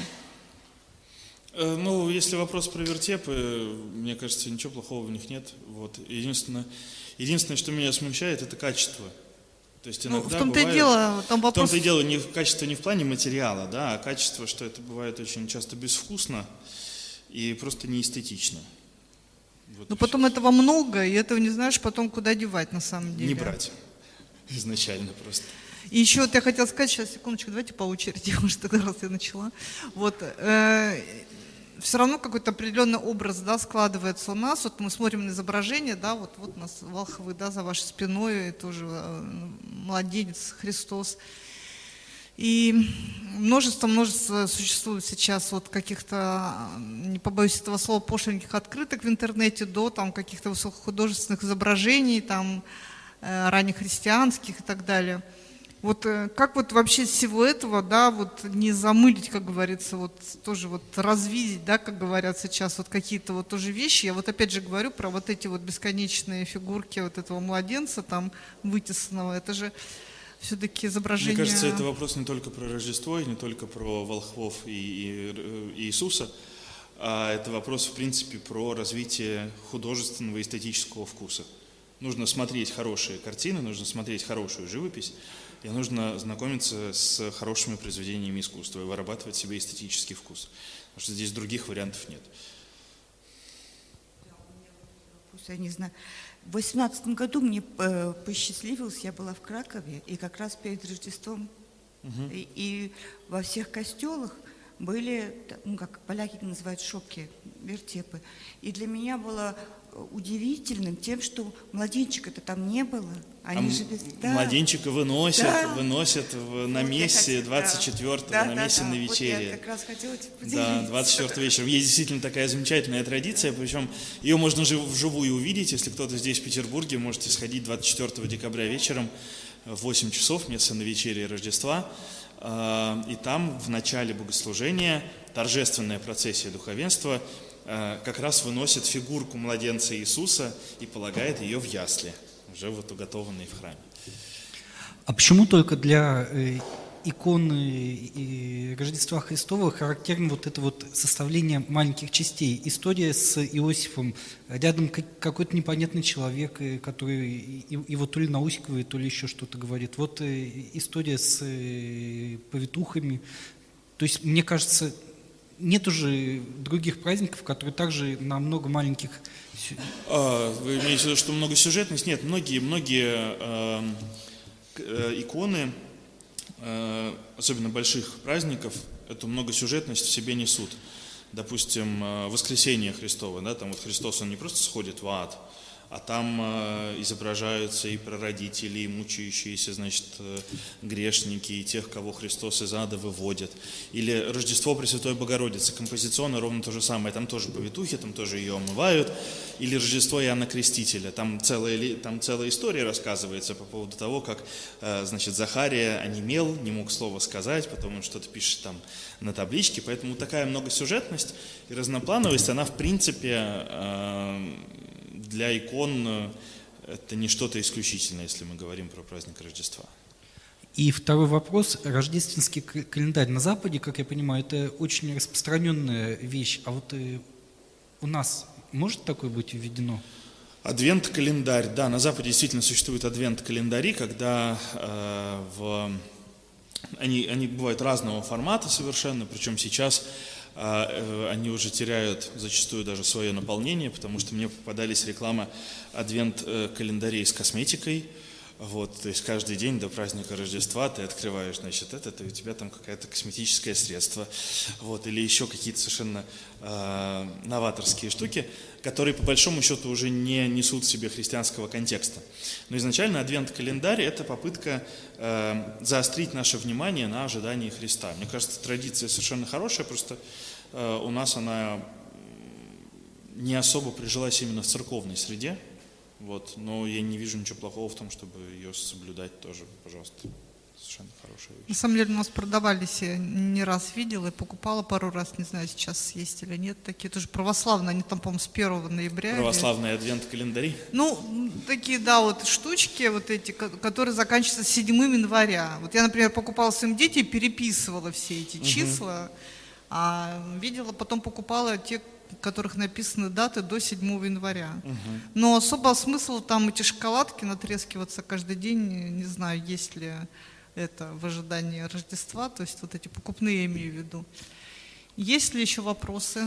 Ну, если вопрос про вертепы, мне кажется, ничего плохого в них нет. Вот. Единственное, что меня смущает, это качество. То есть иногда в том-то и дело, там вопрос... В том-то и дело, качество не в плане материала, да, а качество, что это бывает очень часто безвкусно и просто неэстетично. Вот. Но потом этого много, и этого не знаешь потом, куда девать на самом деле. Не брать изначально просто. И еще вот я хотела сказать, сейчас, секундочку, давайте по очереди, потому что тогда раз я начала. Вот, все равно какой-то определенный образ, да, складывается у нас. Вот мы смотрим на изображение, да, вот у нас волхвы, да, за вашей спиной, тоже младенец Христос. И множество существует сейчас вот каких-то, не побоюсь этого слова, пошленьких открыток в интернете до там каких-то высокохудожественных изображений, там раннехристианских и так далее. Вот как вот вообще с всего этого, да, вот не замылить, как говорится, вот тоже вот развидеть, да, как говорят сейчас, вот какие-то вот тоже вещи. Я вот опять же говорю про вот эти вот бесконечные фигурки вот этого младенца там вытесанного. Это же все-таки изображение... Мне кажется, это вопрос не только про Рождество, и не только про волхвов и Иисуса, а это вопрос, в принципе, про развитие художественного и эстетического вкуса. Нужно смотреть хорошие картины, нужно смотреть хорошую живопись, и нужно знакомиться с хорошими произведениями искусства и вырабатывать себе эстетический вкус. Потому что здесь других вариантов нет. Я не знаю. В 2018 году мне посчастливилось, я была в Кракове, и как раз перед Рождеством, и во всех костелах были, ну, как поляки называют, шопки, вертепы. И для меня было удивительным тем, что младенчика-то там не было. Они же младенчика выносят на вот мессе 24-го, на мессе на вечере. Вот я как раз хотела поделиться. Да, 24 вечером. Есть действительно такая замечательная традиция, причем ее можно вживую увидеть, если кто-то здесь, в Петербурге, можете сходить 24 декабря вечером в 8 часов, месса на вечере Рождества. И там в начале богослужения торжественная процессия духовенства как раз выносит фигурку младенца Иисуса и полагает ее в ясли, уже вот уготованные в храме. А почему только для иконы Рождества Христова характерно вот это вот составление маленьких частей? История с Иосифом, рядом какой-то непонятный человек, который его то ли наускивает, то ли еще что-то говорит. Вот история с повитухами. То есть, мне кажется, нет уже других праздников, которые также на много маленьких... Вы имеете в виду, что много сюжетность? Нет, многие иконы, особенно больших праздников, эту многосюжетность в себе несут. Допустим, воскресение Христово, да, там вот Христос, он не просто сходит в ад, а там изображаются и прародители, и мучающиеся, значит, грешники, и тех, кого Христос из ада выводит. Или Рождество Пресвятой Богородицы, композиционно ровно то же самое, там тоже повитухи, там тоже ее омывают. Или Рождество Иоанна Крестителя, там целая история рассказывается по поводу того, как, значит, Захария онемел, не мог слова сказать, потом он что-то пишет там на табличке, поэтому такая многосюжетность и разноплановость, она в принципе... для икон это не что-то исключительное, если мы говорим про праздник Рождества. И второй вопрос. Рождественский календарь на Западе, как я понимаю, это очень распространенная вещь. А вот у нас может такое быть введено? Адвент-календарь. Да, на Западе действительно существуют адвент-календари, когда они бывают разного формата совершенно, причем сейчас они уже теряют зачастую даже свое наполнение, потому что мне попадались реклама адвент-календарей с косметикой. Вот, то есть каждый день до праздника Рождества ты открываешь, значит, это у тебя там какое-то косметическое средство, вот, или еще какие-то совершенно новаторские штуки, которые по большому счету уже не несут в себе христианского контекста. Но изначально адвент-календарь – это попытка заострить наше внимание на ожидании Христа. Мне кажется, традиция совершенно хорошая, просто у нас она не особо прижилась именно в церковной среде. Вот, но я не вижу ничего плохого в том, чтобы ее соблюдать тоже, пожалуйста. Совершенно хорошая вещь. На самом деле у нас продавались, я не раз видела и покупала пару раз, не знаю, сейчас есть или нет, такие тоже православные, они там, по-моему, с 1 ноября. Православные адвент-календари? Ну, такие, да, вот штучки, вот эти, которые заканчиваются 7 января. Вот я, например, покупала своим детям, переписывала все эти числа, а видела, потом покупала те, в которых написаны даты до 7 января. Но особо смысл там эти шоколадки натрескиваться каждый день, не знаю, есть ли это в ожидании Рождества, то есть вот эти покупные я имею в виду. Есть ли еще вопросы?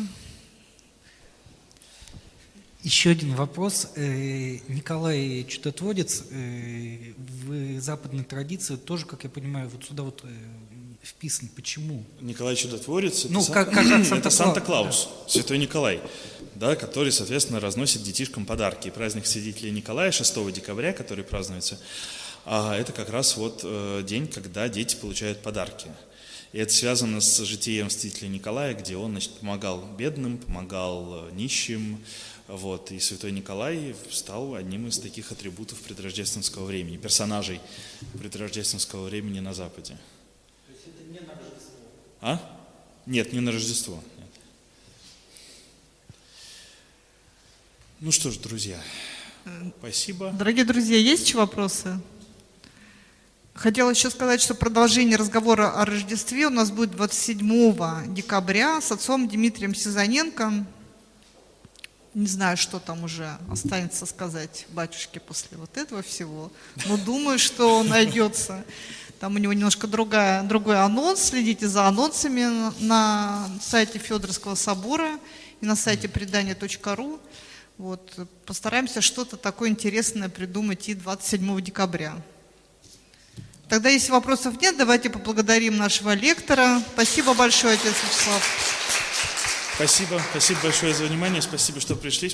Еще один вопрос. Николай Чудотворец в западной традиции тоже, как я понимаю, вот сюда вот вписан. Почему? Николай Чудотворец, ну, это Санта-Клаус, Святой Николай, да, который, соответственно, разносит детишкам подарки. И праздник Святителя Николая 6 декабря, который празднуется, это как раз вот день, когда дети получают подарки. И это связано с житием Святителя Николая, где он, значит, помогал бедным, помогал нищим. Вот. И Святой Николай стал одним из таких атрибутов предрождественского времени, персонажей предрождественского времени на Западе. То есть это не на Рождество? А? Нет, не на Рождество. Нет. Ну что ж, друзья, спасибо. Дорогие друзья, есть еще вопросы? Хотела еще сказать, что продолжение разговора о Рождестве у нас будет 27 декабря с отцом Дмитрием Сизаненко. Не знаю, что там уже останется сказать батюшке после вот этого всего, но думаю, что он найдется. Там у него немножко другой анонс. Следите за анонсами на сайте Федорского собора и на сайте предания.ру. Вот, постараемся что-то такое интересное придумать и 27 декабря. Тогда, если вопросов нет, давайте поблагодарим нашего лектора. Спасибо большое, отец Вячеслав. Спасибо большое за внимание, спасибо, что пришли.